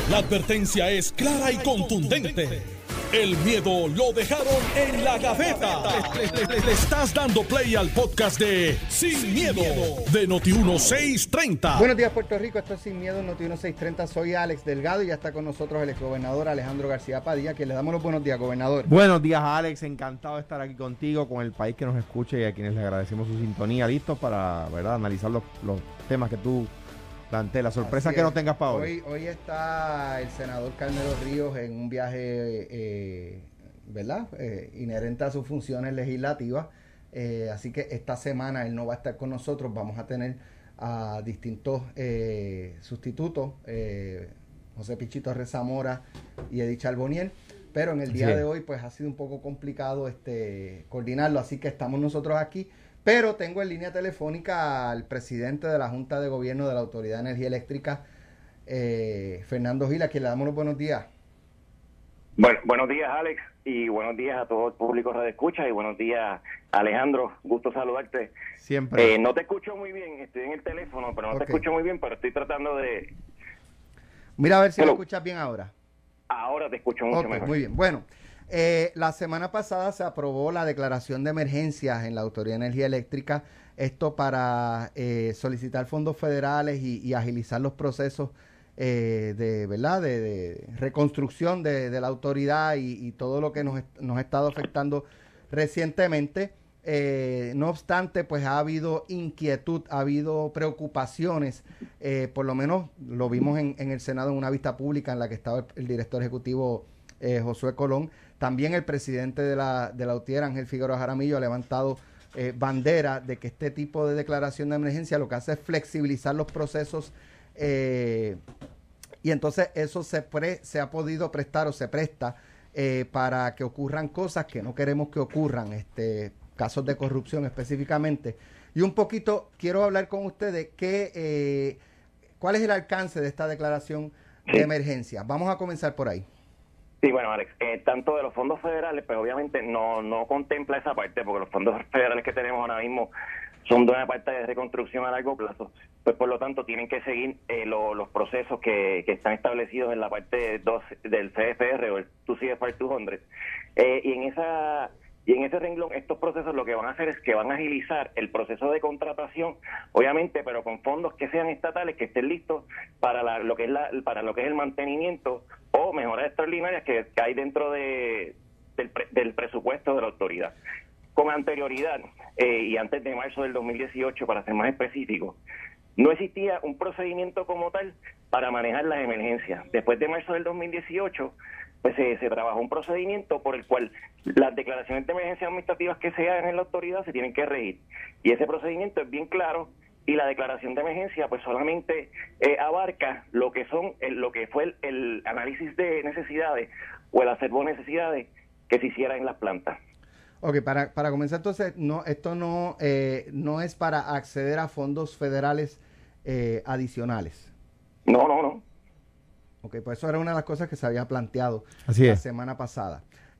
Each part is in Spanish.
La advertencia es clara y contundente. El miedo lo dejaron en la gaveta. Le estás dando play al podcast de Sin Miedo de Noti1630. Buenos días, Puerto Rico. Esto es Sin Miedo en Noti1630. Soy Alex Delgado y ya está con nosotros el exgobernador Alejandro García Padilla, que le damos los buenos días, gobernador. Buenos días, Alex. Encantado de estar aquí contigo, con el país que nos escuche y a quienes le agradecemos su sintonía. Listos para, ¿verdad?, analizar los temas que tú planteas. La sorpresa que no tengas para hoy. Hoy está el senador Carmelo Ríos en un viaje, ¿verdad?, inherente a sus funciones legislativas. Así que esta semana él no va a estar con nosotros. Vamos a tener a distintos sustitutos, José Pichito Rezamora y Edith Charbonnier, pero en el día de hoy pues ha sido un poco complicado coordinarlo, así que estamos nosotros aquí, pero tengo en línea telefónica al presidente de la Junta de Gobierno de la Autoridad de Energía Eléctrica, Fernando Gil, a quien le damos los buenos días. Bueno, buenos días, Alex, y buenos días a todo el público Radio Escucha, y buenos días, Alejandro, gusto saludarte. Siempre. No te escucho muy bien, estoy en el teléfono, pero no te escucho muy bien, pero estoy tratando de... Mira a ver si me escuchas bien ahora. Ahora te escucho mucho mejor. Muy bien, bueno, la semana pasada se aprobó la declaración de emergencias en la Autoridad de Energía Eléctrica, esto para solicitar fondos federales y agilizar los procesos de reconstrucción de la autoridad y todo lo que nos ha estado afectando recientemente. No obstante, pues ha habido inquietud, ha habido preocupaciones, por lo menos lo vimos en el Senado en una vista pública en la que estaba el director ejecutivo Josué Colón. También el presidente de la UTIER, Ángel Figueroa Jaramillo, ha levantado bandera de que este tipo de declaración de emergencia lo que hace es flexibilizar los procesos, y entonces eso se ha podido prestar o se presta para que ocurran cosas que no queremos que ocurran, casos de corrupción específicamente. Y un poquito quiero hablar con ustedes cuál es el alcance de esta declaración de emergencia. Vamos a comenzar por ahí. Sí, bueno, Alex, tanto de los fondos federales, pues obviamente no contempla esa parte, porque los fondos federales que tenemos ahora mismo son de una parte de reconstrucción a largo plazo, pues por lo tanto tienen que seguir los procesos que están establecidos en la parte 2 del CFR o el 2 CFR 200, y en ese renglón, estos procesos lo que van a hacer es que van a agilizar el proceso de contratación, obviamente, pero con fondos que sean estatales, que estén listos para lo que es el mantenimiento o mejoras extraordinarias que hay dentro del presupuesto de la autoridad. Con anterioridad, y antes de marzo del 2018, para ser más específico, no existía un procedimiento como tal para manejar las emergencias. Después de marzo del 2018, pues se trabajó un procedimiento por el cual las declaraciones de emergencia administrativas que se hagan en la autoridad se tienen que regir. Y ese procedimiento es bien claro, y la declaración de emergencia pues solamente abarca lo que fue el análisis de necesidades o el acervo de necesidades que se hiciera en las plantas. Ok, para comenzar entonces, esto no es para acceder a fondos federales adicionales. No. Ok, pues eso era una de las cosas que se había planteado semana pasada.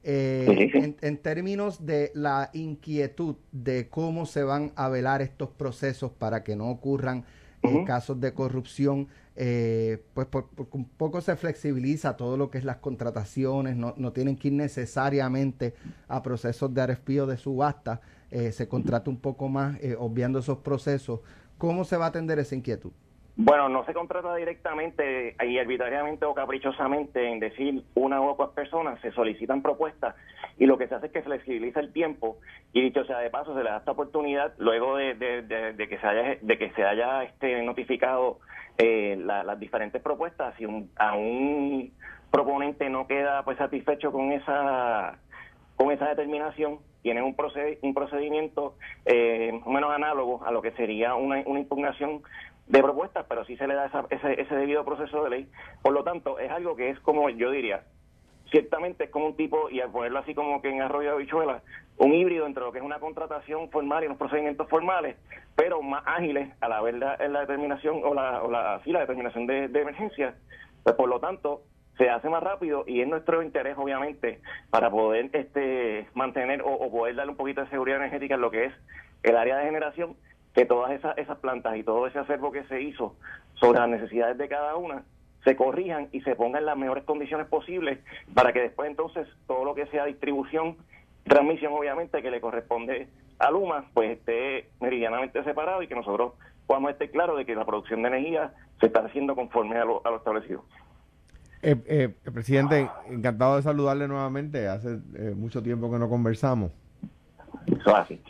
En términos de la inquietud de cómo se van a velar estos procesos para que no ocurran casos de corrupción, pues por un poco se flexibiliza todo lo que es las contrataciones, no tienen que ir necesariamente a procesos de RFP o de subasta, se contrata un poco más, obviando esos procesos. ¿Cómo se va a atender esa inquietud? Bueno, no se contrata directamente y arbitrariamente o caprichosamente en decir una o pocas personas, se solicitan propuestas y lo que se hace es que flexibiliza el tiempo, y dicho sea de paso, se le da esta oportunidad luego de que se haya notificado las diferentes propuestas. Si a un proponente no queda pues satisfecho con esa determinación, tiene un procedimiento menos análogo a lo que sería una impugnación de propuestas, pero sí se le da ese debido proceso de ley. Por lo tanto, es algo que es como, yo diría, ciertamente es como un tipo, y al ponerlo así como que en arroyo de habichuela, un híbrido entre lo que es una contratación formal y unos procedimientos formales, pero más ágiles a la vez la determinación la determinación de emergencia. Pues por lo tanto, se hace más rápido, y es nuestro interés, obviamente, para poder mantener o poder darle un poquito de seguridad energética en lo que es el área de generación, que todas esas plantas y todo ese acervo que se hizo sobre las necesidades de cada una se corrijan y se pongan las mejores condiciones posibles para que después entonces todo lo que sea distribución, transmisión obviamente que le corresponde a Luma, pues esté meridianamente separado y que nosotros podamos estar claros de que la producción de energía se está haciendo conforme a lo establecido. Presidente, encantado de saludarle nuevamente. Hace mucho tiempo que no conversamos. Eso es así.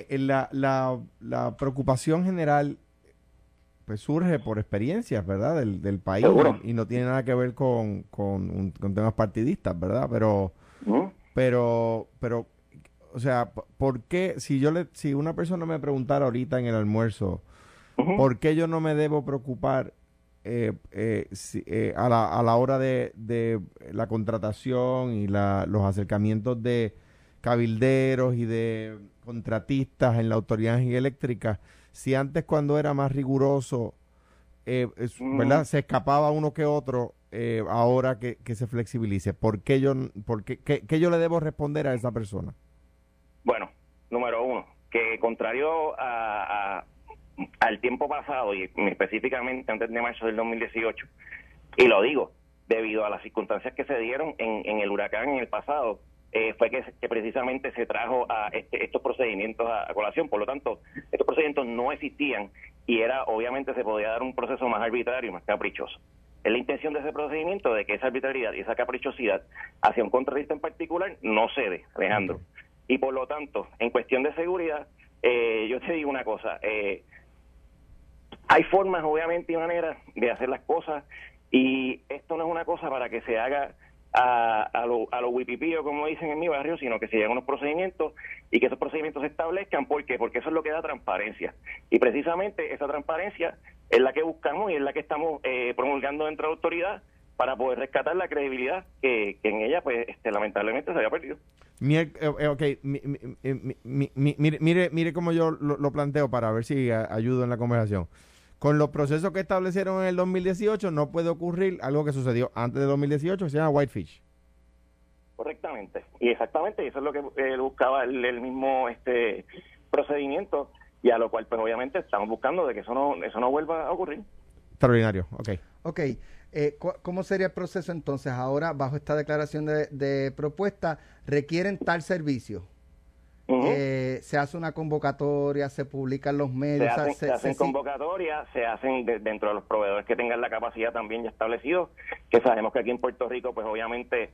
La preocupación general pues surge por experiencias, ¿verdad? Del país y no tiene nada que ver con temas partidistas, ¿verdad? Pero o sea, ¿por qué si una persona me preguntara ahorita en el almuerzo, ¿por qué yo no me debo preocupar a la hora de la contratación y los acercamientos de cabilderos y de contratistas en la Autoridad de Energía Eléctrica, si antes cuando era más riguroso, ¿verdad? Se escapaba uno que otro, ahora que se flexibilice? ¿Qué yo le debo responder a esa persona? Bueno, número uno, que contrario al tiempo pasado y específicamente antes de marzo del 2018, y lo digo, debido a las circunstancias que se dieron en el huracán en el pasado, fue que precisamente se trajo a estos procedimientos a colación. Por lo tanto, estos procedimientos no existían y obviamente se podía dar un proceso más arbitrario y más caprichoso. Es la intención de ese procedimiento de que esa arbitrariedad y esa caprichosidad hacia un contratista en particular no se dé, Alejandro. Y por lo tanto, en cuestión de seguridad, yo te digo una cosa, hay formas obviamente y maneras de hacer las cosas, y esto no es una cosa para que se haga a lo huipipío, como dicen en mi barrio, sino que se llegan unos procedimientos y que esos procedimientos se establezcan. ¿Por qué? Porque eso es lo que da transparencia, y precisamente esa transparencia es la que buscamos y es la que estamos promulgando dentro de la autoridad para poder rescatar la credibilidad que en ella pues lamentablemente se había perdido. Mire cómo yo lo planteo para ver si ayudo en la conversación. Con los procesos que establecieron en el 2018 no puede ocurrir algo que sucedió antes del 2018 que se llama Whitefish. Correctamente, y exactamente, y eso es lo que buscaba el mismo procedimiento, y a lo cual pues obviamente estamos buscando de que eso no vuelva a ocurrir. Extraordinario, ok. ¿Cómo sería el proceso entonces? Ahora, bajo esta declaración de propuesta, requieren tal servicio. Se hace una convocatoria, se publican los medios. Se hacen convocatorias, se hacen dentro de los proveedores que tengan la capacidad también ya establecidos, que sabemos que aquí en Puerto Rico pues obviamente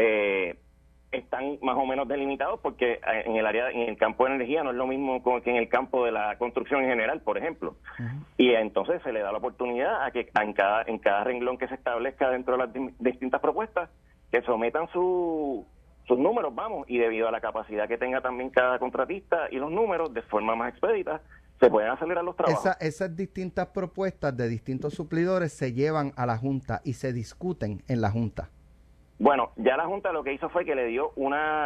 están más o menos delimitados, porque en el campo de energía no es lo mismo que en el campo de la construcción en general, por ejemplo. Y entonces se le da la oportunidad a que en cada renglón que se establezca dentro de las distintas propuestas, que sometan sus números, y debido a la capacidad que tenga también cada contratista y los números, de forma más expedita, se pueden acelerar los trabajos. Esas distintas propuestas de distintos suplidores se llevan a la Junta y se discuten en la Junta. Bueno, ya la Junta lo que hizo fue que le dio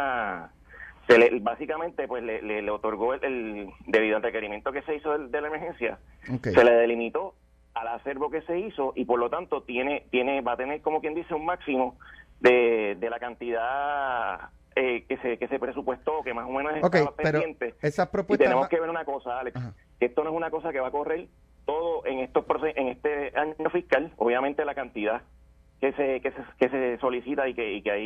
básicamente pues le otorgó debido al requerimiento que se hizo de la emergencia, se le delimitó al acervo que se hizo, y por lo tanto va a tener, como quien dice, un máximo de la cantidad que se presupuestó, que más o menos estaba pendiente. Esas propuestas, y tenemos que ver una cosa, Alex, que esto no es una cosa que va a correr todo en este año fiscal. Obviamente la cantidad que se solicita y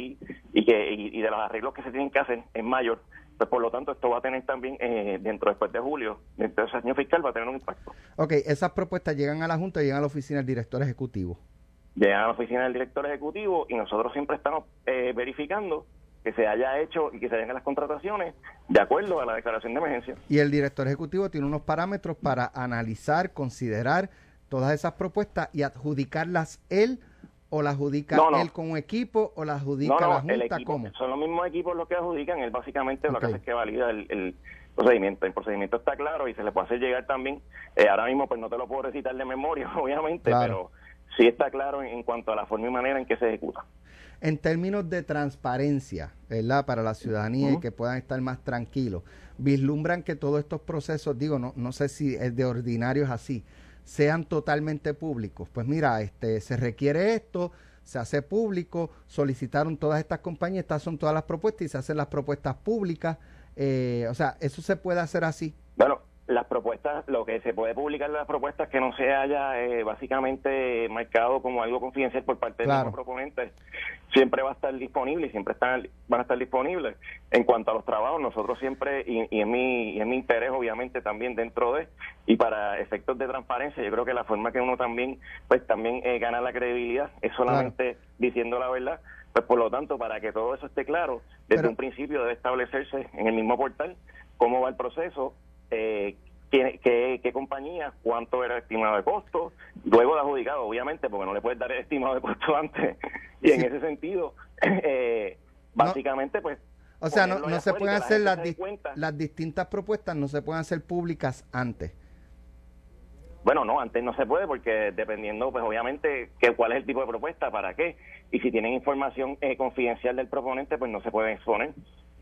de los arreglos que se tienen que hacer es mayor, pues por lo tanto esto va a tener también después de julio, dentro de ese año fiscal, va a tener un impacto. Esas propuestas llegan a la Junta y llegan a la oficina del director ejecutivo. Llegan a la oficina del director ejecutivo, y nosotros siempre estamos verificando que se haya hecho y que se den las contrataciones de acuerdo a la declaración de emergencia. Y el director ejecutivo tiene unos parámetros para analizar, considerar todas esas propuestas y adjudicarlas él, o las adjudica él con un equipo, o las adjudica la Junta. ¿Cómo? Son los mismos equipos los que adjudican. Él básicamente lo que hace es que valida el procedimiento. El procedimiento está claro y se le puede hacer llegar también. Ahora mismo pues no te lo puedo recitar de memoria, obviamente, pero sí está claro en cuanto a la forma y manera en que se ejecuta. En términos de transparencia, ¿verdad?, para la ciudadanía y que puedan estar más tranquilos, vislumbran que todos estos procesos, no sé si es de ordinario es así, sean totalmente públicos. Pues mira, se requiere esto, se hace público, solicitaron todas estas compañías, estas son todas las propuestas y se hacen las propuestas públicas. O sea, ¿eso se puede hacer así? Bueno, las propuestas propuestas, lo que se puede publicar de las propuestas que no se haya básicamente marcado como algo confidencial por parte de los proponentes, siempre va a estar disponible y siempre van a estar disponibles. En cuanto a los trabajos, nosotros siempre, y es mi interés obviamente también dentro de, y para efectos de transparencia, yo creo que la forma que uno también gana la credibilidad es solamente diciendo la verdad. Pues por lo tanto, para que todo eso esté claro, desde un principio debe establecerse en el mismo portal cómo va el proceso, qué compañía, cuánto era el estimado de costo, luego de adjudicado, obviamente, porque no le puedes dar el estimado de costo antes. Y en ese sentido, básicamente, pues... O sea, no se pueden hacer las distintas propuestas, no se pueden hacer públicas antes. Bueno, no, antes no se puede porque dependiendo, pues obviamente, cuál es el tipo de propuesta, para qué, y si tienen información confidencial del proponente, pues no se pueden exponer.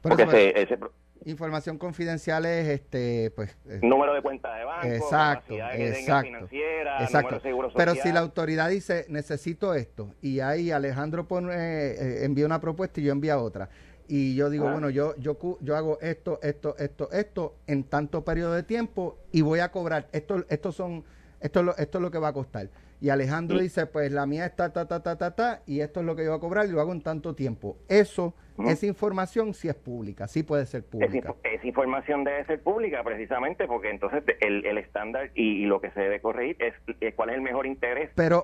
Información confidencial es número de cuenta de banco, capacidad que tenga financiera, número de seguro social. Pero si la autoridad dice, necesito esto, y ahí Alejandro envía una propuesta y yo envía otra, y yo digo, bueno, yo hago esto en tanto periodo de tiempo y voy a cobrar, esto es lo que va a costar. Y Alejandro dice, pues la mía está y esto es lo que yo voy a cobrar y lo hago en tanto tiempo. Esa información sí es pública, sí puede ser pública. Esa información debe ser pública precisamente porque entonces el estándar y lo que se debe corregir es cuál es el mejor interés. Pero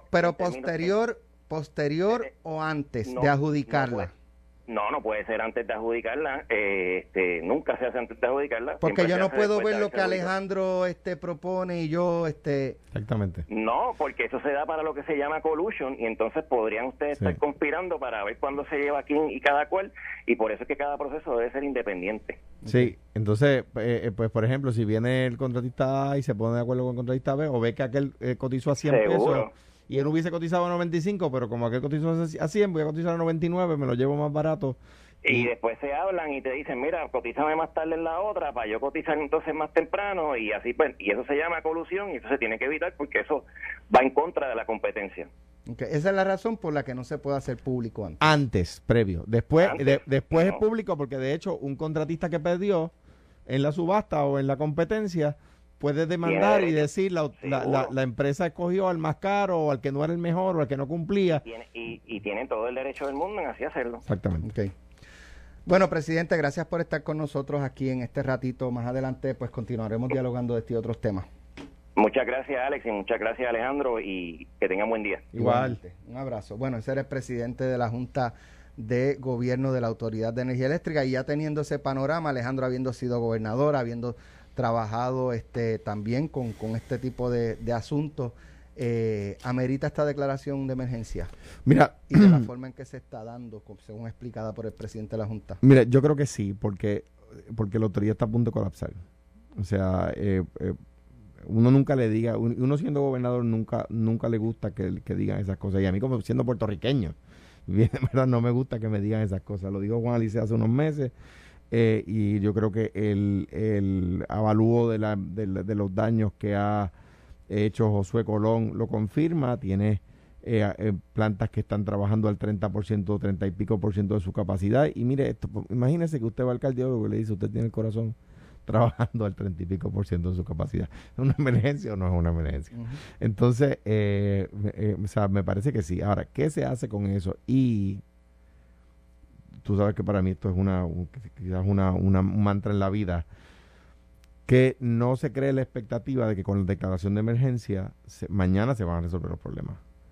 posterior o antes de adjudicarla. No puede ser antes de adjudicarla, nunca se hace antes de adjudicarla. Porque yo no puedo ver lo que Alejandro propone y yo... Exactamente. No, porque eso se da para lo que se llama collusion y entonces podrían ustedes estar conspirando para ver cuándo se lleva quién y cada cual, y por eso es que cada proceso debe ser independiente. Sí, entonces, pues por ejemplo, si viene el contratista A y se pone de acuerdo con el contratista B o ve que aquel cotizó a 100 pesos... Y él hubiese cotizado a 95, pero como aquel cotizó a 100, voy a cotizar a 99, me lo llevo más barato. Y después se hablan y te dicen, mira, cotízame más tarde en la otra para yo cotizar entonces más temprano, y así pues, y eso se llama colusión y eso se tiene que evitar porque eso va en contra de la competencia. Okay. Esa es la razón por la que no se puede hacer público antes. Previo. Después es público porque de hecho un contratista que perdió en la subasta o en la competencia puede demandar y decir la empresa escogió al más caro o al que no era el mejor o al que no cumplía. Y tienen todo el derecho del mundo en así hacerlo. Exactamente. Okay. Bueno, presidente, gracias por estar con nosotros aquí en este ratito. Más adelante pues continuaremos dialogando de estos otros temas. Muchas gracias, Alex, y muchas gracias, Alejandro, y que tengan buen día. Igualmente. Un abrazo. Bueno, ese era el presidente de la Junta de Gobierno de la Autoridad de Energía Eléctrica, y ya teniendo ese panorama, Alejandro habiendo sido gobernador, habiendo trabajado también con este tipo de asuntos, amerita esta declaración de emergencia. Mira, y de la forma en que se está dando, según explicada por el presidente de la Junta. Mira, yo creo que sí, porque la autoridad está a punto de colapsar. O sea, uno nunca le diga, uno siendo gobernador nunca le gusta que digan esas cosas, y a mí como siendo puertorriqueño, bien, ¿verdad? No me gusta que me digan esas cosas. Lo dijo Juan Alice hace unos meses. Y yo creo que el avalúo de los daños que ha hecho Josué Colón lo confirma. Tiene plantas que están trabajando al 30%, 30 y pico por ciento de su capacidad. Y mire, imagínese que usted va al cardiólogo y le dice, usted tiene el corazón trabajando al 30 y pico por ciento de su capacidad. ¿Es una emergencia o no es una emergencia? Uh-huh. Entonces, me parece que sí. Ahora, ¿qué se hace con eso? Y tú sabes que para mí esto es quizás un mantra en la vida, que no se cree la expectativa de que con la declaración de emergencia mañana se van a resolver los problemas.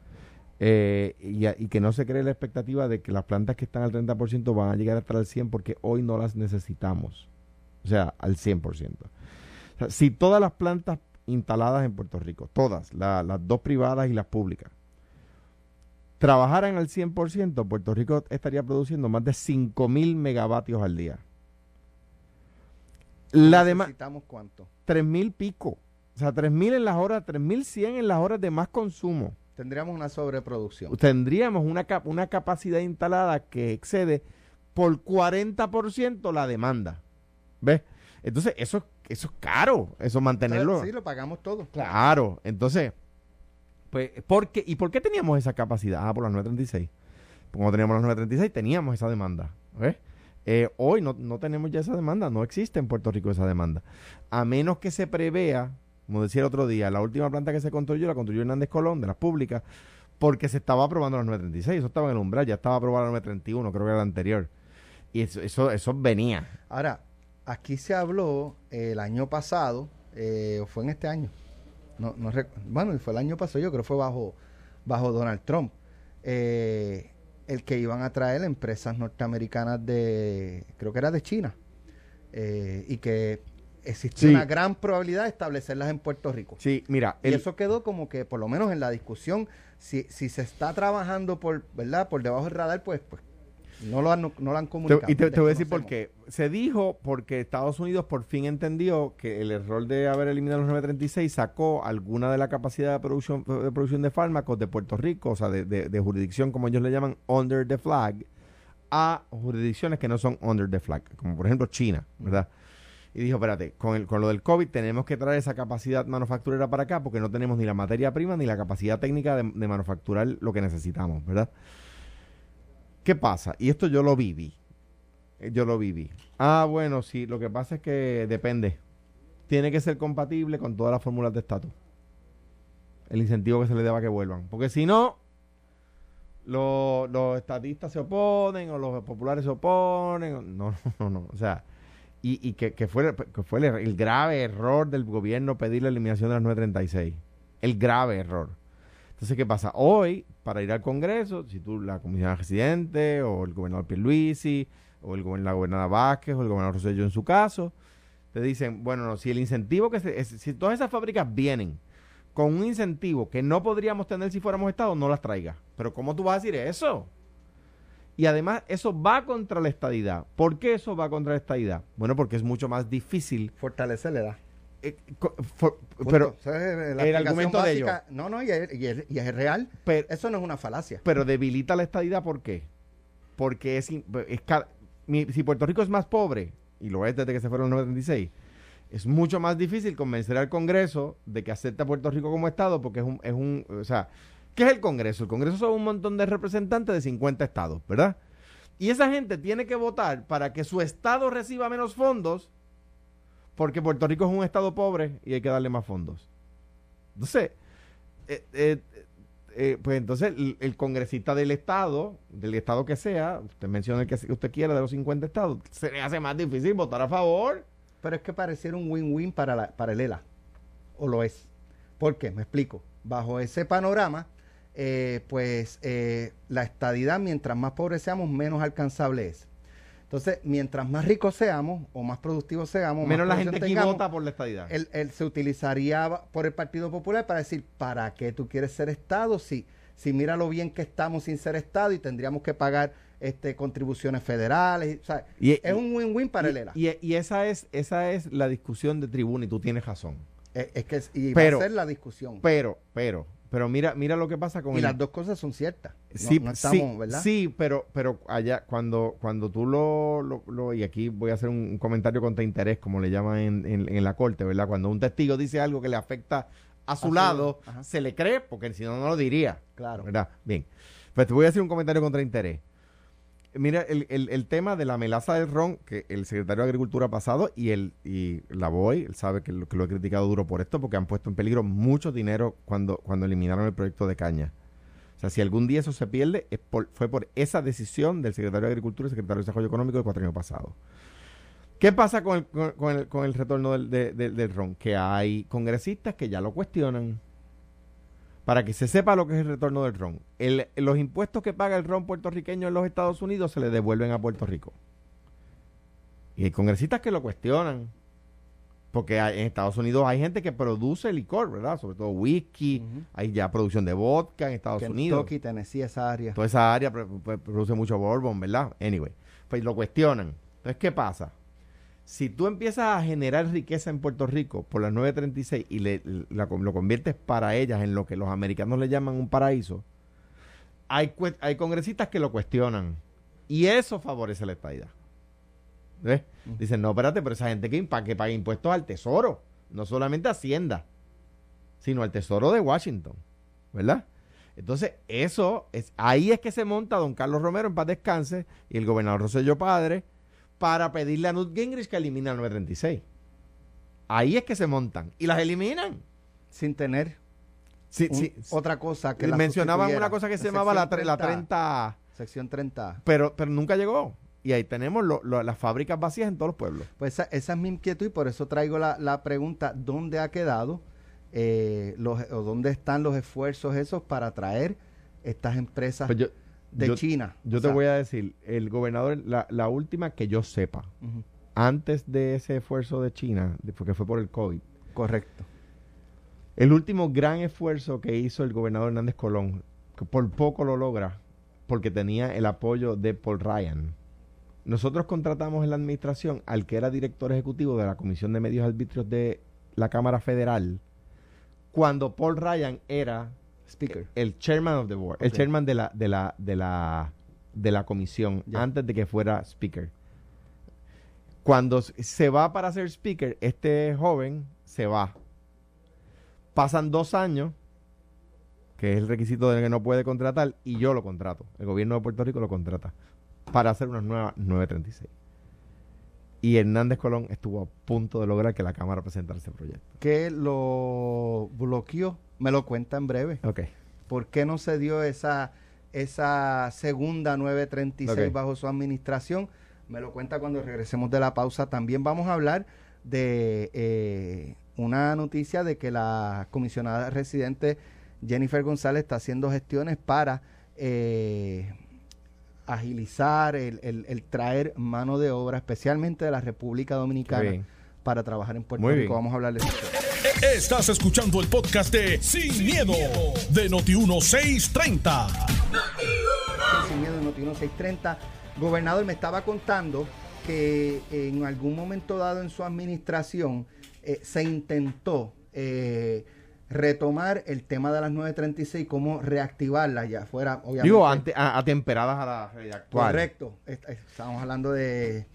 Y que no se cree la expectativa de que las plantas que están al 30% van a llegar a estar al 100% porque hoy no las necesitamos. O sea, al 100%. O sea, si todas las plantas instaladas en Puerto Rico, todas, las dos privadas y las públicas, trabajaran al 100%, Puerto Rico estaría produciendo más de 5,000 megavatios al día. ¿Necesitamos cuánto? 3,000 pico. O sea, 3,000 en las horas, 3,100 en las horas de más consumo. Tendríamos una sobreproducción. Tendríamos una capacidad instalada que excede por 40% la demanda. ¿Ves? Entonces, eso es caro, eso mantenerlo. Sí, lo pagamos todo. Claro. Entonces, pues, ¿por qué teníamos esa capacidad? Por las 936. Cuando teníamos las 936 teníamos esa demanda. ¿Ves? Hoy no tenemos ya esa demanda, no existe en Puerto Rico esa demanda. A menos que se prevea, como decía el otro día, la última planta que se construyó, la construyó Hernández Colón, de las públicas, porque se estaba aprobando las 936, eso estaba en el umbral, ya estaba aprobada la 931, creo que era la anterior. Y eso venía. Ahora, aquí se habló el año pasado, o fue en este año, bueno, fue el año pasado, yo creo que fue bajo Donald Trump, el que iban a traer empresas norteamericanas creo que era de China, y que existía una gran probabilidad de establecerlas en Puerto Rico. Sí, mira. Y eso quedó como que, por lo menos en la discusión, si se está trabajando por debajo del radar, pues no lo han comunicado. Y te voy a decir por qué. Se dijo porque Estados Unidos por fin entendió que el error de haber eliminado los 936 sacó alguna de la capacidad de producción de fármacos de Puerto Rico, o sea, de jurisdicción, como ellos le llaman, under the flag, a jurisdicciones que no son under the flag, como por ejemplo China, ¿verdad? Y dijo, espérate, con lo del COVID tenemos que traer esa capacidad manufacturera para acá porque no tenemos ni la materia prima ni la capacidad técnica de manufacturar lo que necesitamos, ¿verdad? ¿Qué pasa? Y esto yo lo viví. Ah, bueno, sí, lo que pasa es que depende. Tiene que ser compatible con todas las fórmulas de estatus. El incentivo que se les deba que vuelvan. Porque si no, los estatistas se oponen o los populares se oponen. No. O sea, y que fue el grave error del gobierno pedir la eliminación de las 936. El grave error. Entonces, ¿qué pasa? Hoy, para ir al Congreso, si tú, la comisionada residente, o el gobernador Pierluisi, o la gobernadora Vázquez, o el gobernador Rosselló en su caso, te dicen, bueno, no, si el incentivo si todas esas fábricas vienen con un incentivo que no podríamos tener si fuéramos Estado, no las traigas. Pero ¿cómo tú vas a decir eso? Y además, eso va contra la estadidad. ¿Por qué eso va contra la estadidad? Bueno, porque es mucho más difícil fortalecer la edad. Pero el argumento básica, de ellos y es real, pero eso no es una falacia, pero debilita la estadidad. ¿Por qué? Porque si Puerto Rico es más pobre, y lo es desde que se fueron los 936, es mucho más difícil convencer al Congreso de que acepte a Puerto Rico como Estado, porque o sea, ¿qué es el Congreso? El Congreso son un montón de representantes de 50 estados, ¿verdad? Y esa gente tiene que votar para que su estado reciba menos fondos, porque Puerto Rico es un estado pobre y hay que darle más fondos. Entonces, pues entonces el congresista del estado que sea, usted menciona el que usted quiera de los 50 estados, se le hace más difícil votar a favor. Pero es que pareciera un win-win para el ELA, o lo es. ¿Por qué? Me explico. Bajo ese panorama, la estadidad, mientras más pobres seamos, menos alcanzable es. Entonces, mientras más ricos seamos o más productivos seamos, menos la gente que vota por la estadidad. Él se utilizaría por el Partido Popular para decir, ¿para qué tú quieres ser Estado? Si mira lo bien que estamos sin ser Estado y tendríamos que pagar contribuciones federales. O sea, es un win-win para el ELA. Y esa es la discusión de tribuna, y tú tienes razón. Va a ser la discusión. Pero mira lo que pasa con las dos cosas son ciertas. Sí, no estamos, ¿verdad? Sí, pero allá cuando tú y aquí voy a hacer un comentario contra interés, como le llaman en la corte, ¿verdad? Cuando un testigo dice algo que le afecta a su lado, se le cree, porque si no lo diría. Claro. ¿Verdad? Bien. Pues te voy a hacer un comentario contra interés. Mira, el tema de la melaza del ron, que el secretario de Agricultura pasado y la BOI, él sabe que lo he criticado duro por esto, porque han puesto en peligro mucho dinero cuando eliminaron el proyecto de caña. O sea, si algún día eso se pierde, fue por esa decisión del secretario de Agricultura y secretario de Desarrollo Económico del cuatrienio pasado. ¿Qué pasa con el retorno del ron? Que hay congresistas que ya lo cuestionan. Para que se sepa lo que es el retorno del ron. Los impuestos que paga el ron puertorriqueño en los Estados Unidos se le devuelven a Puerto Rico. Y hay congresistas que lo cuestionan. Porque en Estados Unidos hay gente que produce licor, ¿verdad? Sobre todo whisky. Hay ya producción de vodka en Estados Unidos. Kentucky, Tennessee, esa área. Toda esa área produce mucho bourbon, ¿verdad? Anyway. Pues lo cuestionan. Entonces, ¿qué pasa? Si tú empiezas a generar riqueza en Puerto Rico por las 936 y lo conviertes para ellas en lo que los americanos le llaman un paraíso, hay congresistas que lo cuestionan. Y eso favorece la estadidad. ¿Ves? Dicen, no, espérate, pero esa gente que paga impuestos al Tesoro, no solamente a Hacienda, sino al Tesoro de Washington, ¿verdad? Entonces, ahí es que se monta don Carlos Romero, en paz descanse, y el gobernador Rosselló padre, para pedirle a Newt Gingrich que elimine el 936. Ahí es que se montan y las eliminan. Sin tener otra cosa que mencionaban una cosa que se llamaba la 30A. Sección 30A. Pero nunca llegó. Y ahí tenemos las fábricas vacías en todos los pueblos. Pues esa es mi inquietud y por eso traigo la pregunta, ¿dónde ha quedado o dónde están los esfuerzos esos para traer estas empresas de China? Yo te voy a decir, el gobernador, la última que yo sepa, antes de ese esfuerzo de China, porque fue por el COVID. Correcto. El último gran esfuerzo que hizo el gobernador Hernández Colón, que por poco lo logra, porque tenía el apoyo de Paul Ryan. Nosotros contratamos en la administración al que era director ejecutivo de la Comisión de Medios Arbitrios de la Cámara Federal, cuando Paul Ryan era Speaker. El chairman of the board, el chairman de la comisión, antes de que fuera speaker. Cuando se va para ser speaker, este joven se va. Pasan 2 años, que es el requisito de que no puede contratar, y yo lo contrato. El gobierno de Puerto Rico lo contrata para hacer unas nuevas 936. Y Hernández Colón estuvo a punto de lograr que la Cámara presentara ese proyecto. ¿Qué lo bloqueó? Me lo cuenta en breve. Okay. ¿Por qué no se dio esa segunda 936 bajo su administración? Me lo cuenta cuando regresemos de la pausa. También vamos a hablar de una noticia de que la comisionada residente Jennifer González está haciendo gestiones para agilizar el traer mano de obra, especialmente de la República Dominicana, para trabajar en Puerto Rico. Vamos a hablar de eso. Estás escuchando el podcast de Sin Miedo de Noti1630. Sin Miedo de Noti1630. Gobernador, me estaba contando que en algún momento dado en su administración se intentó retomar el tema de las 936, cómo reactivarlas ya fuera, obviamente. Digo, atemperadas a la realidad actual. Correcto. Estamos hablando de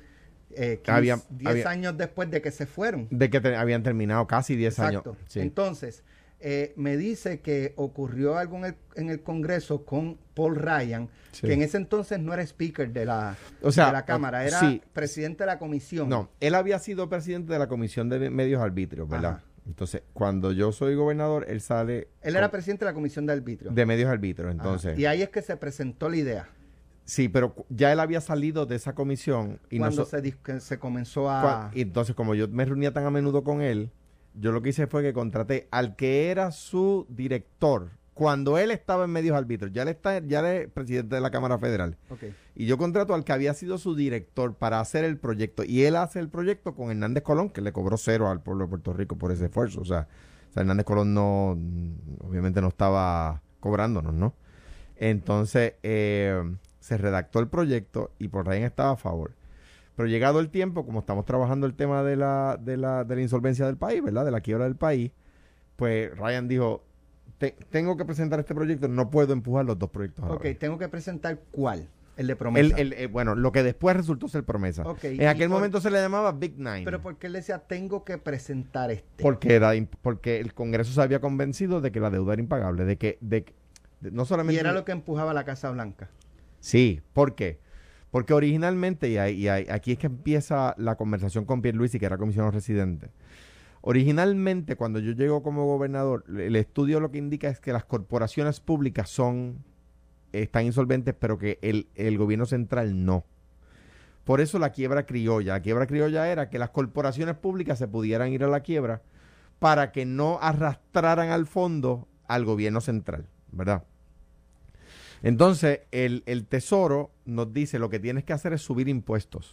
10 años después de que se fueron. De que habían terminado casi 10 años. Sí. Entonces, me dice que ocurrió algo en el Congreso con Paul Ryan, que en ese entonces no era speaker de la Cámara, era presidente de la comisión. No, él había sido presidente de la Comisión de Medios Arbitrios, ¿verdad? Ajá. Entonces, cuando yo soy gobernador, él sale... Él era presidente de la Comisión de Arbitrios. De Medios Arbitrios, entonces. Ajá. Y ahí es que se presentó la idea. Sí, pero ya él había salido de esa comisión. Y cuando se comenzó a... Y entonces, como yo me reunía tan a menudo con él, yo lo que hice fue que contraté al que era su director cuando él estaba en Medios Arbitrios. Ya él es presidente de la Cámara Federal. Okay. Y yo contrato al que había sido su director para hacer el proyecto. Y él hace el proyecto con Hernández Colón, que le cobró 0 al pueblo de Puerto Rico por ese esfuerzo. O sea Hernández Colón obviamente no estaba cobrándonos, ¿no? Entonces, se redactó el proyecto y por Ryan estaba a favor. Pero llegado el tiempo, como estamos trabajando el tema de la insolvencia del país, ¿verdad? De la quiebra del país, pues Ryan dijo, tengo que presentar este proyecto, no puedo empujar los 2 proyectos a la vez. ¿Tengo que presentar cuál? El de Promesa. Bueno, lo que después resultó ser Promesa. En aquel momento se le llamaba Big Nine. ¿Pero por qué él decía, tengo que presentar este? Porque el Congreso se había convencido de que la deuda era impagable, de que no solamente... Y era lo que empujaba la Casa Blanca. Sí, ¿por qué? Porque originalmente, aquí es que empieza la conversación con Pierluisi, que era comisionado residente. Originalmente, cuando yo llego como gobernador, el estudio lo que indica es que las corporaciones públicas están insolventes, pero que el gobierno central no. Por eso la quiebra criolla. La quiebra criolla era que las corporaciones públicas se pudieran ir a la quiebra para que no arrastraran al fondo al gobierno central, ¿verdad? Entonces, el Tesoro nos dice lo que tienes que hacer es subir impuestos.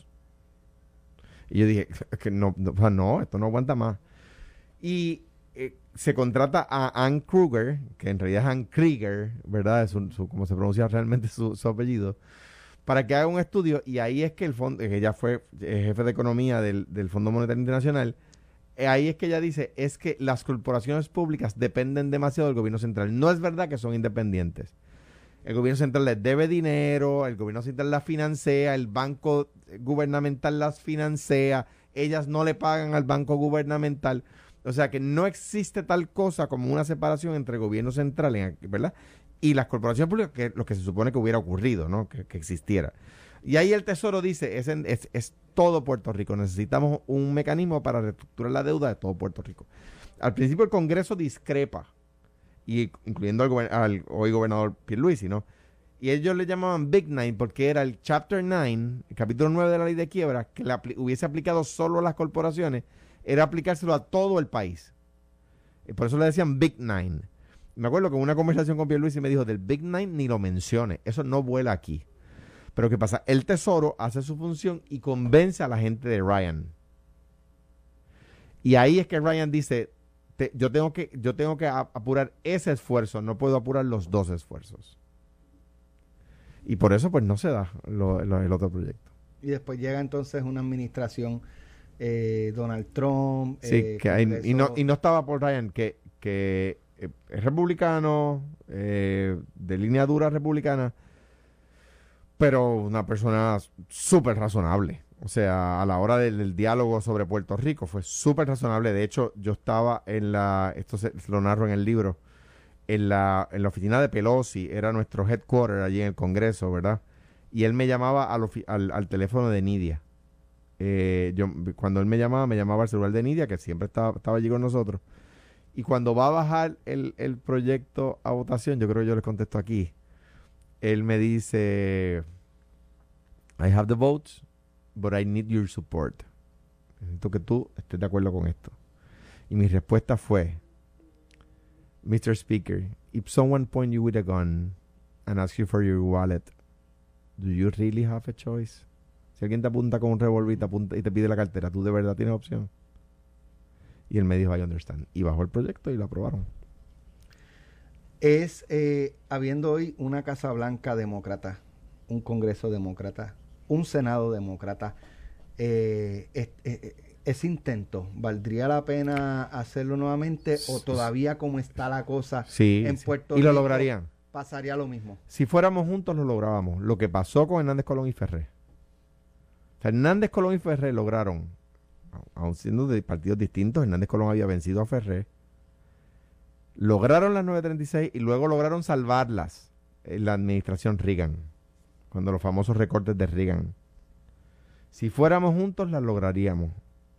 Y yo dije, que no, esto no aguanta más. Y se contrata a Ann Kruger, que en realidad es Ann Krieger, ¿verdad? Es como se pronuncia realmente su apellido, para que haga un estudio. Y ahí es que el fondo, que ella fue jefe de economía del Fondo Monetario Internacional, ahí es que ella dice, es que las corporaciones públicas dependen demasiado del gobierno central. No es verdad que son independientes. El gobierno central les debe dinero, el gobierno central las financia, el banco gubernamental las financia, ellas no le pagan al banco gubernamental. O sea que no existe tal cosa como una separación entre el gobierno central, ¿verdad? Y las corporaciones públicas, que es lo que se supone que hubiera ocurrido, ¿no? Que existiera. Y ahí el Tesoro dice, es todo Puerto Rico. Necesitamos un mecanismo para reestructurar la deuda de todo Puerto Rico. Al principio el Congreso discrepa, y incluyendo al hoy gobernador Pierluisi, ¿no? Y ellos le llamaban Big Nine porque era el Chapter 9, el capítulo 9 de la ley de quiebra, que hubiese aplicado solo a las corporaciones, era aplicárselo a todo el país. Y por eso le decían Big Nine. Me acuerdo que en una conversación con Pierluisi me dijo, del Big Nine ni lo mencione, eso no vuela aquí. Pero ¿qué pasa? El Tesoro hace su función y convence a la gente de Ryan. Y ahí es que Ryan dice, yo tengo que apurar ese esfuerzo, no puedo apurar los dos esfuerzos. Y por eso pues no se da el otro proyecto. Y después llega entonces una administración Donald Trump. Sí, y no estaba por Ryan, que es republicano, de línea dura republicana, pero una persona súper razonable. O sea, a la hora del diálogo sobre Puerto Rico fue súper razonable. De hecho, yo estaba esto se lo narro en el libro, en la oficina de Pelosi, era nuestro headquarter allí en el Congreso, ¿verdad? Y él me llamaba al teléfono de Nidia. Cuando él me llamaba al celular de Nidia, que siempre estaba allí con nosotros. Y cuando va a bajar el proyecto a votación, yo creo que yo les contesto aquí, él me dice, I have the votes, but I need your support. Necesito que tú estés de acuerdo con esto. Y mi respuesta fue, Mr. Speaker, if someone point you with a gun and asks you for your wallet, do you really have a choice? Si alguien te apunta con un revólver y te pide la cartera, ¿tú de verdad tienes opción? Y él me dijo, I understand. Y bajó el proyecto y lo aprobaron. Habiendo hoy una Casa Blanca demócrata, un Congreso demócrata, un Senado demócrata, ese intento, ¿valdría la pena hacerlo nuevamente o todavía como está la cosa en Puerto Rico? Y lo lograrían. Pasaría lo mismo. Si fuéramos juntos lo lográbamos. Lo que pasó con Hernández Colón y Ferré. Hernández Colón y Ferré lograron, aun siendo de partidos distintos, Hernández Colón había vencido a Ferré, lograron las 936 y luego lograron salvarlas en la administración Reagan, cuando los famosos recortes de Reagan. Si fuéramos juntos las lograríamos.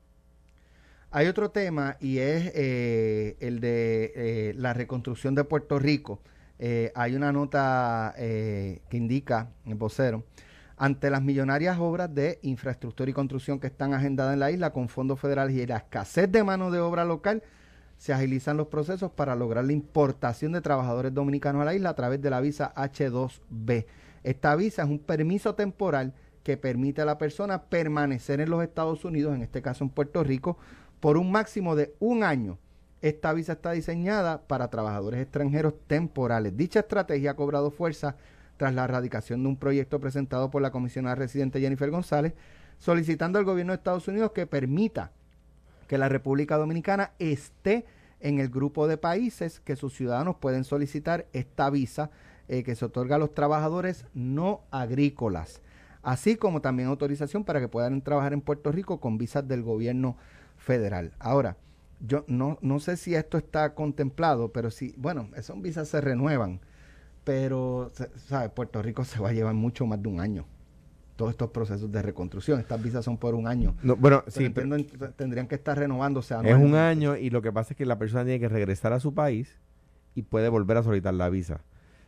Hay otro tema y es el de la reconstrucción de Puerto Rico. Hay una nota que indica, en el vocero, ante las millonarias obras de infraestructura y construcción que están agendadas en la isla con fondos federales y la escasez de mano de obra local, se agilizan los procesos para lograr la importación de trabajadores dominicanos a la isla a través de la visa H-2B. Esta visa es un permiso temporal que permite a la persona permanecer en los Estados Unidos, en este caso en Puerto Rico, por un máximo de 1 año. Esta visa está diseñada para trabajadores extranjeros temporales. Dicha estrategia ha cobrado fuerza tras la erradicación de un proyecto presentado por la comisionada residente Jennifer González, solicitando al gobierno de Estados Unidos que permita que la República Dominicana esté en el grupo de países que sus ciudadanos pueden solicitar esta visa que se otorga a los trabajadores no agrícolas, así como también autorización para que puedan trabajar en Puerto Rico con visas del gobierno federal. Ahora, yo no sé si esto está contemplado, pero sí, bueno, esas visas se renuevan, pero, ¿sabes? Puerto Rico se va a llevar mucho más de 1 año. Todos estos procesos de reconstrucción, estas visas son por 1 año. No, bueno, pero sí, entiendo, tendrían que estar renovándose. Es 1 año y lo que pasa es que la persona tiene que regresar a su país y puede volver a solicitar la visa.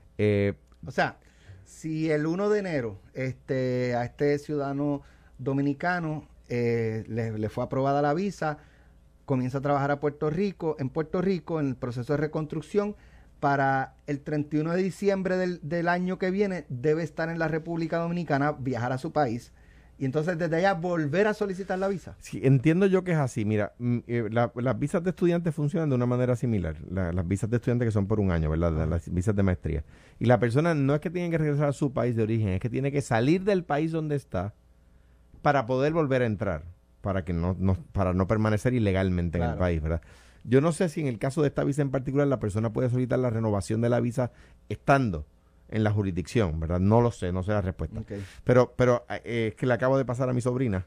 O sea, si el 1 de enero a este ciudadano dominicano le fue aprobada la visa, comienza a trabajar en Puerto Rico, en el proceso de reconstrucción, para el 31 de diciembre del año que viene debe estar en la República Dominicana, viajar a su país y entonces desde allá volver a solicitar la visa. Sí, entiendo yo que es así. Mira, las visas de estudiantes funcionan de una manera similar. Las visas de estudiantes que son por 1 año, ¿verdad? Las visas de maestría. Y la persona no es que tiene que regresar a su país de origen, es que tiene que salir del país donde está para poder volver a entrar, para no permanecer ilegalmente en el país, ¿verdad? Yo no sé si en el caso de esta visa en particular la persona puede solicitar la renovación de la visa estando en la jurisdicción, ¿verdad? No lo sé, no sé la respuesta. Okay. Pero es que le acabo de pasar a mi sobrina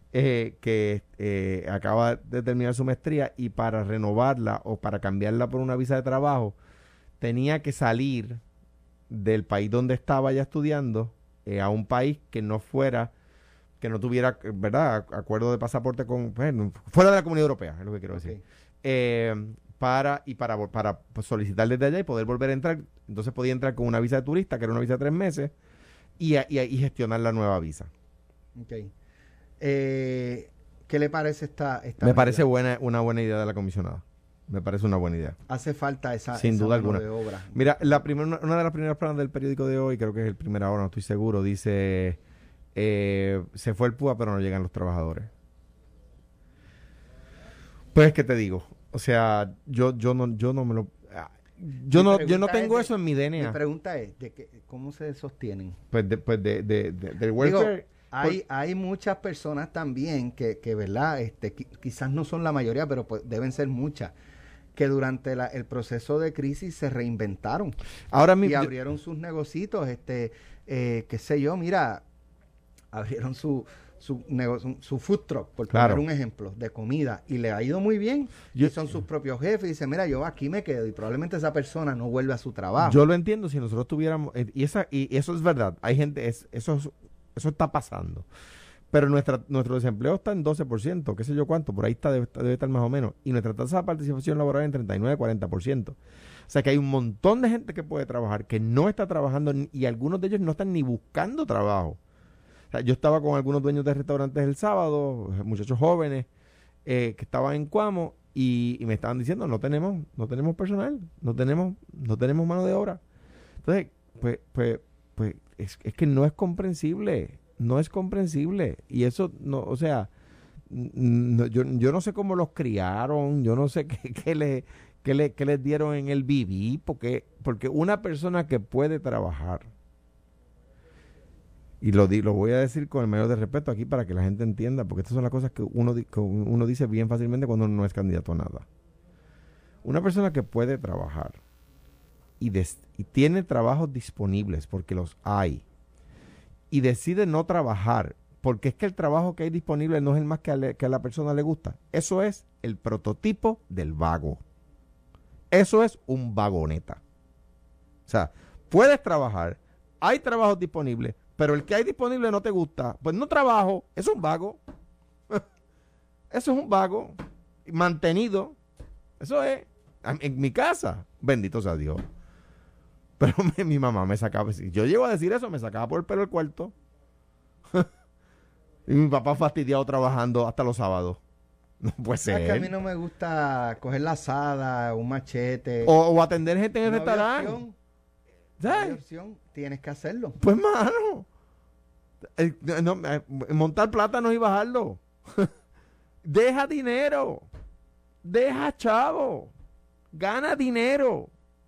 que acaba de terminar su maestría y para renovarla o para cambiarla por una visa de trabajo tenía que salir del país donde estaba ya estudiando a un país que no tuviera, ¿verdad?, acuerdo de pasaporte fuera de la Comunidad Europea, es lo que quiero decir. Para pues, solicitar desde allá y poder volver a entrar. Entonces podía entrar con una visa de turista, que era una visa de 3 meses, y gestionar la nueva visa. Okay. ¿Qué le parece esta Me parece una buena idea de la comisionada. Me parece una buena idad. Hace falta esa duda mano alguna de obra. Mira, una de las primeras planas del periódico de hoy, creo que es el Primera Hora, no estoy seguro, dice, se fue el PUA, pero no llegan los trabajadores. Pues, ¿qué te digo? O sea, yo no me lo... Yo no tengo eso en mi DNA. Mi pregunta es, ¿cómo se sostienen? Pues del welfare... Hay muchas personas también que ¿verdad? Quizás no son la mayoría, pero pues deben ser muchas, que durante el proceso de crisis se reinventaron. Y abrieron sus negocios, qué sé yo, mira, abrieron su food truck, por poner un ejemplo, de comida, y le ha ido muy bien, y son sus propios jefes, y dicen, mira, yo aquí me quedo, y probablemente esa persona no vuelve a su trabajo. Yo lo entiendo, si nosotros tuviéramos, y eso es verdad, hay gente, eso está pasando, pero nuestro desempleo está en 12%, qué sé yo cuánto, por ahí debe estar más o menos, y nuestra tasa de participación laboral en 39-40%. O sea que hay un montón de gente que puede trabajar, que no está trabajando, y algunos de ellos no están ni buscando trabajo. O sea, yo estaba con algunos dueños de restaurantes el sábado, muchachos jóvenes, que estaban en Cuamo, y me estaban diciendo, no tenemos personal, no tenemos mano de obra. Entonces, pues es que no es comprensible, y eso no, o sea, yo no sé cómo los criaron, yo no sé qué les dieron en el BB, porque una persona que puede trabajar, y lo voy a decir con el mayor de respeto aquí para que la gente entienda, porque estas son las cosas que uno dice bien fácilmente cuando uno no es candidato a nada. Una persona que puede trabajar y tiene trabajos disponibles, porque los hay, y decide no trabajar, porque es que el trabajo que hay disponible no es el más que a la persona le gusta. Eso es el prototipo del vago. Eso es un vagoneta. O sea, puedes trabajar, hay trabajos disponibles, pero el que hay disponible no te gusta, pues no trabajo, eso es un vago. Eso es un vago mantenido. Eso es. En mi casa, bendito sea Dios. Pero mi mamá me sacaba, si yo llego a decir eso, me sacaba por el pelo el cuarto. Y mi papá fastidiado trabajando hasta los sábados. No puede ser. Es que a mí no me gusta coger la asada, un machete. O atender gente en el restaurante. ¿Sabes? Tienes que hacerlo. Pues, mano. Montar plátanos y bajarlo. Deja dinero. Deja chavo. Gana dinero.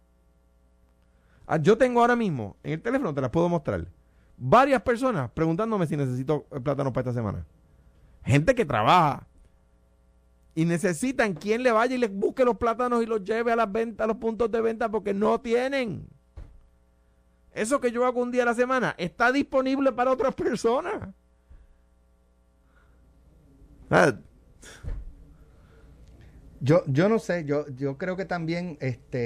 Yo tengo ahora mismo, en el teléfono te las puedo mostrar, varias personas preguntándome si necesito plátanos para esta semana. Gente que trabaja y necesitan quien le vaya y les busque los plátanos y los lleve a las ventas, a los puntos de venta, porque no tienen. Eso que yo hago un día a la semana está disponible para otras personas. Yo no sé, yo creo que también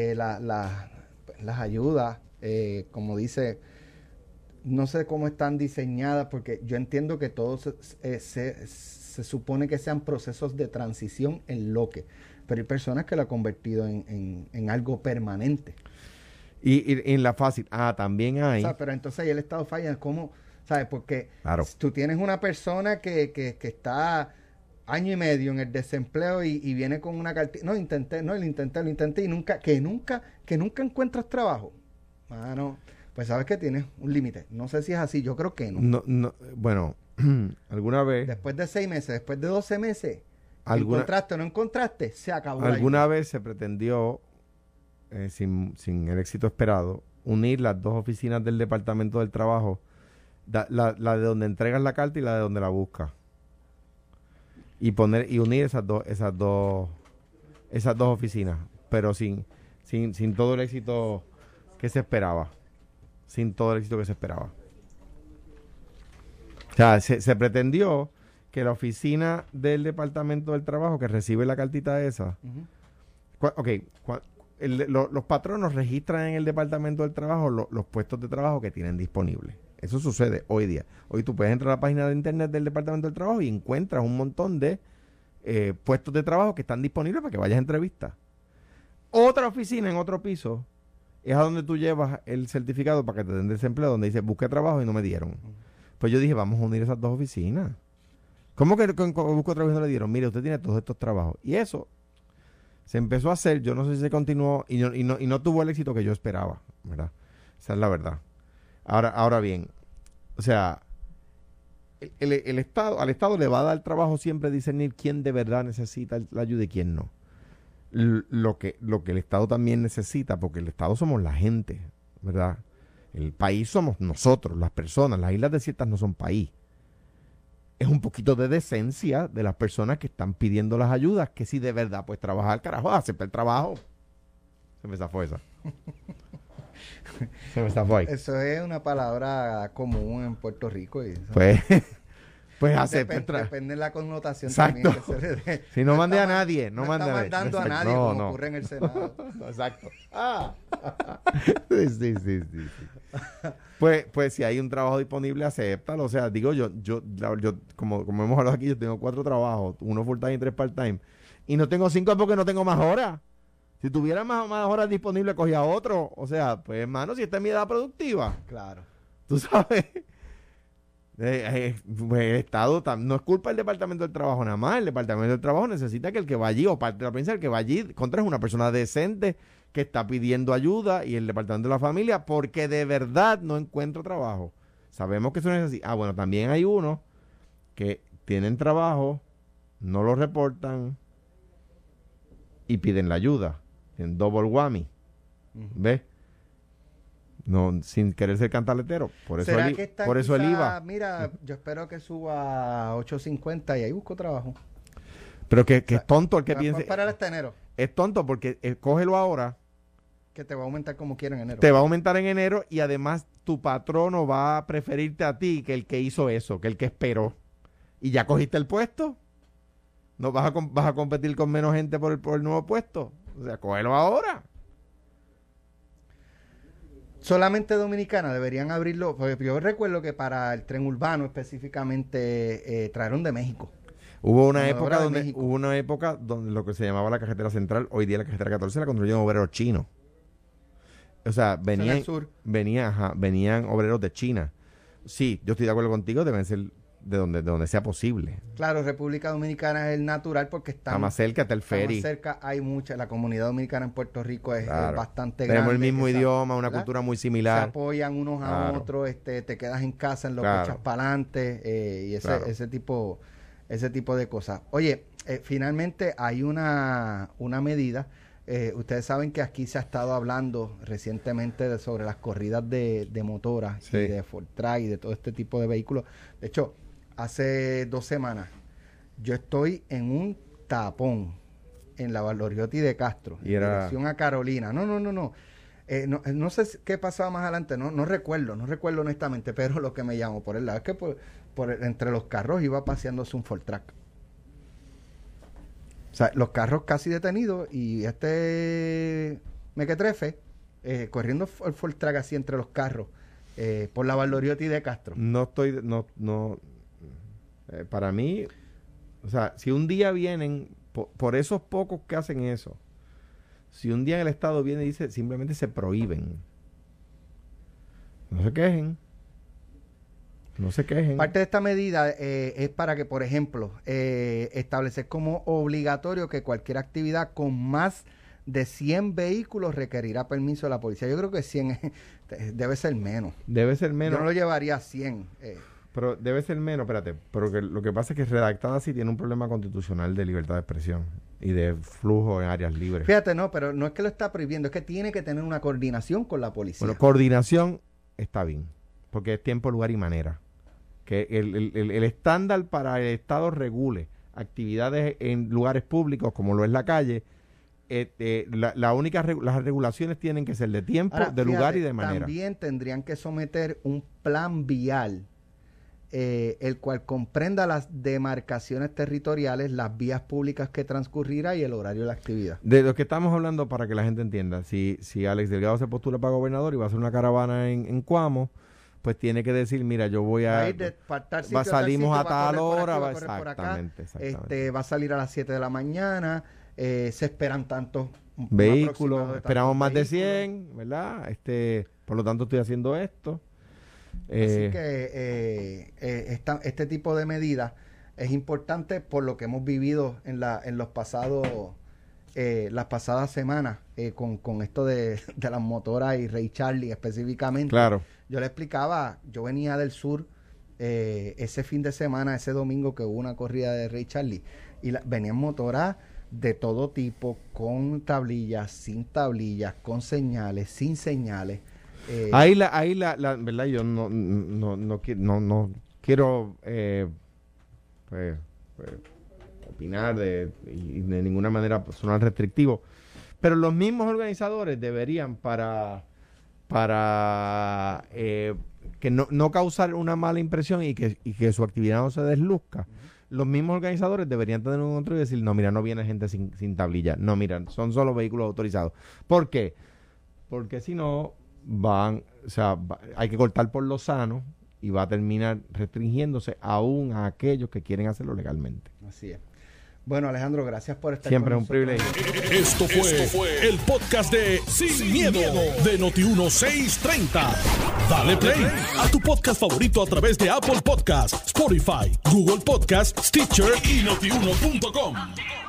las ayudas, como dice, no sé cómo están diseñadas, porque yo entiendo que todos se supone que sean procesos de transición en lo que, pero hay personas que lo han convertido en algo permanente. Y en la fácil, también hay. O sea, pero entonces ahí el Estado falla, ¿cómo? ¿Sabes? Porque claro, tú tienes una persona que está año y medio en el desempleo y viene con una cartilla, lo intenté y nunca encuentras trabajo. Mano, pues sabes que tienes un límite. No sé si es así, yo creo que no. No, bueno, alguna vez. Después de 6 meses, después de 12 meses, ¿encontraste o no encontraste? Se acabó. Alguna vez se pretendió, sin el éxito esperado, unir las dos oficinas del Departamento del Trabajo, la de donde entregas la carta y la de donde la buscas. Y unir esas dos oficinas, pero sin todo el éxito que se esperaba. O sea, se pretendió que la oficina del Departamento del Trabajo, que recibe la cartita esa, los patronos registran en el Departamento del Trabajo los puestos de trabajo que tienen disponibles. Eso sucede hoy día. Hoy tú puedes entrar a la página de internet del Departamento del Trabajo y encuentras un montón de puestos de trabajo que están disponibles para que vayas a entrevistas. Otra oficina en otro piso es a donde tú llevas el certificado para que te den desempleo, donde dice busqué trabajo y no me dieron. Pues yo dije, vamos a unir esas dos oficinas. ¿Cómo que busco trabajo y no le dieron? Mire, usted tiene todos estos trabajos. Y eso se empezó a hacer, yo no sé si se continuó y no tuvo el éxito que yo esperaba, ¿verdad? Esa es la verdad. Ahora bien, o sea, el Estado, al Estado le va a dar trabajo siempre discernir quién de verdad necesita la ayuda y quién no. Lo que el Estado también necesita, porque el Estado somos la gente, ¿verdad? El país somos nosotros, las personas. Las islas desiertas no son país. Es un poquito de decencia de las personas que están pidiendo las ayudas, que si de verdad pues trabajar, carajo, acepta el trabajo. Se me zafó esa. Se me zafó ahí. Eso es una palabra común en Puerto Rico. Y pues acepta el trabajo. Depende de la connotación. Exacto. También que se le dé. Si no mande a nadie, no mande a nadie. Está mandando a nadie, como ocurre en el Senado. Exacto. Sí. Pues si hay un trabajo disponible, acéptalo. O sea, digo yo como hemos hablado aquí, yo tengo 4 trabajos, 1 full time y 3 part time. Y no tengo 5 porque no tengo más horas. Si tuviera más horas disponibles, cogía otro. O sea, pues hermano, si esta es mi edad productiva. Claro. Tú sabes. Pues el Estado no es culpa del Departamento del Trabajo nada más. El Departamento del Trabajo necesita que el que va allí, o parte de la prensa, el que va allí, contra es una persona decente que está pidiendo ayuda, y el Departamento de la Familia, porque de verdad no encuentro trabajo. Sabemos que eso no es así. Bueno, también hay unos que tienen trabajo, no lo reportan y piden la ayuda. En double whammy. ¿Ves? No, sin querer ser cantaletero. Por eso, el IVA. Mira, yo espero que suba a 8.50 y ahí busco trabajo. Pero que es tonto el que piense. Para este enero. Es tonto porque cógelo ahora. Que te va a aumentar como quiera en enero. Te va a aumentar en enero, y además tu patrono va a preferirte a ti que el que hizo eso, que el que esperó. Y ya cogiste el puesto. ¿No vas a competir con menos gente por el nuevo puesto? O sea, cógelo ahora. Solamente Dominicana deberían abrirlo, porque yo recuerdo que para el tren urbano específicamente trajeron de México. Hubo una época donde lo que se llamaba la carretera central, hoy día la carretera 14, la construyeron obreros chinos. O sea, venían obreros de China. Sí, yo estoy de acuerdo contigo, deben ser de donde sea posible. Claro, República Dominicana es el natural porque está más cerca, está el ferry. Más cerca, hay mucha, la comunidad dominicana en Puerto Rico es bastante grande. Tenemos el mismo idioma, una cultura muy similar. Se apoyan unos a otros, te quedas en casa en lo que echas para adelante, y ese tipo de cosas. Oye, finalmente hay una medida. Ustedes saben que aquí se ha estado hablando recientemente sobre las corridas de motoras y de Fortrack y de todo este tipo de vehículos. De hecho, hace 2 semanas yo estoy en un tapón en la Valdoriotti de Castro, en dirección a Carolina. No sé qué pasaba más adelante, no recuerdo honestamente, pero lo que me llamó por el lado es que entre los carros iba paseándose un Fortrack. O sea, los carros casi detenidos y mequetrefe corriendo el Fortrack así entre los carros por la Valdoriotti de Castro. Para mí, o sea, si un día vienen, por esos pocos que hacen eso, si un día el Estado viene y dice, simplemente se prohíben, no se quejen. Parte de esta medida es para que, por ejemplo, establecer como obligatorio que cualquier actividad con más de 100 vehículos requerirá permiso de la policía. Yo creo que 100 debe ser menos. Yo no lo llevaría a 100. Pero debe ser menos, espérate. Pero lo que pasa es que redactada así tiene un problema constitucional de libertad de expresión y de flujo en áreas libres. Fíjate, pero no es que lo está prohibiendo, es que tiene que tener una coordinación con la policía. Bueno, coordinación está bien, porque es tiempo, lugar y manera. Que el estándar para el Estado regule actividades en lugares públicos como lo es la calle, las regulaciones tienen que ser de tiempo, lugar y de manera. También tendrían que someter un plan vial, el cual comprenda las demarcaciones territoriales, las vías públicas que transcurrirá y el horario de la actividad. De lo que estamos hablando, para que la gente entienda, si Alex Delgado se postula para gobernador y va a hacer una caravana en Cuamo, pues tiene que decir, mira, yo voy a... salimos a tal hora, exactamente. Va a salir a las 7 de la mañana, se esperan tantos vehículos, esperamos más de 100, ¿verdad? Por lo tanto estoy haciendo esto. Así que este tipo de medidas es importante por lo que hemos vivido en los pasados las pasadas semanas con esto de las motoras y Ray Charlie específicamente. Claro. Yo le explicaba, yo venía del sur ese fin de semana, ese domingo que hubo una corrida de Ray Charlie y venían motoras de todo tipo, con tablillas, sin tablillas, con señales, sin señales. Ahí la verdad, yo no quiero pues, opinar y de ninguna manera sonar restrictivo, pero los mismos organizadores deberían para que no causar una mala impresión y que su actividad no se desluzca. Los mismos organizadores deberían tener un control y decir, no, mira, no viene gente sin tablilla. No, mira, son solo vehículos autorizados. ¿Por qué? Porque si no, hay que cortar por lo sano y va a terminar restringiéndose aún a aquellos que quieren hacerlo legalmente. Así es. Bueno, Alejandro, gracias por estar siempre con nosotros. Siempre es un privilegio. Esto fue el podcast de Sin Miedo de Noti1630. Dale play a tu podcast favorito a través de Apple Podcasts, Spotify, Google Podcasts, Stitcher y Notiuno.com.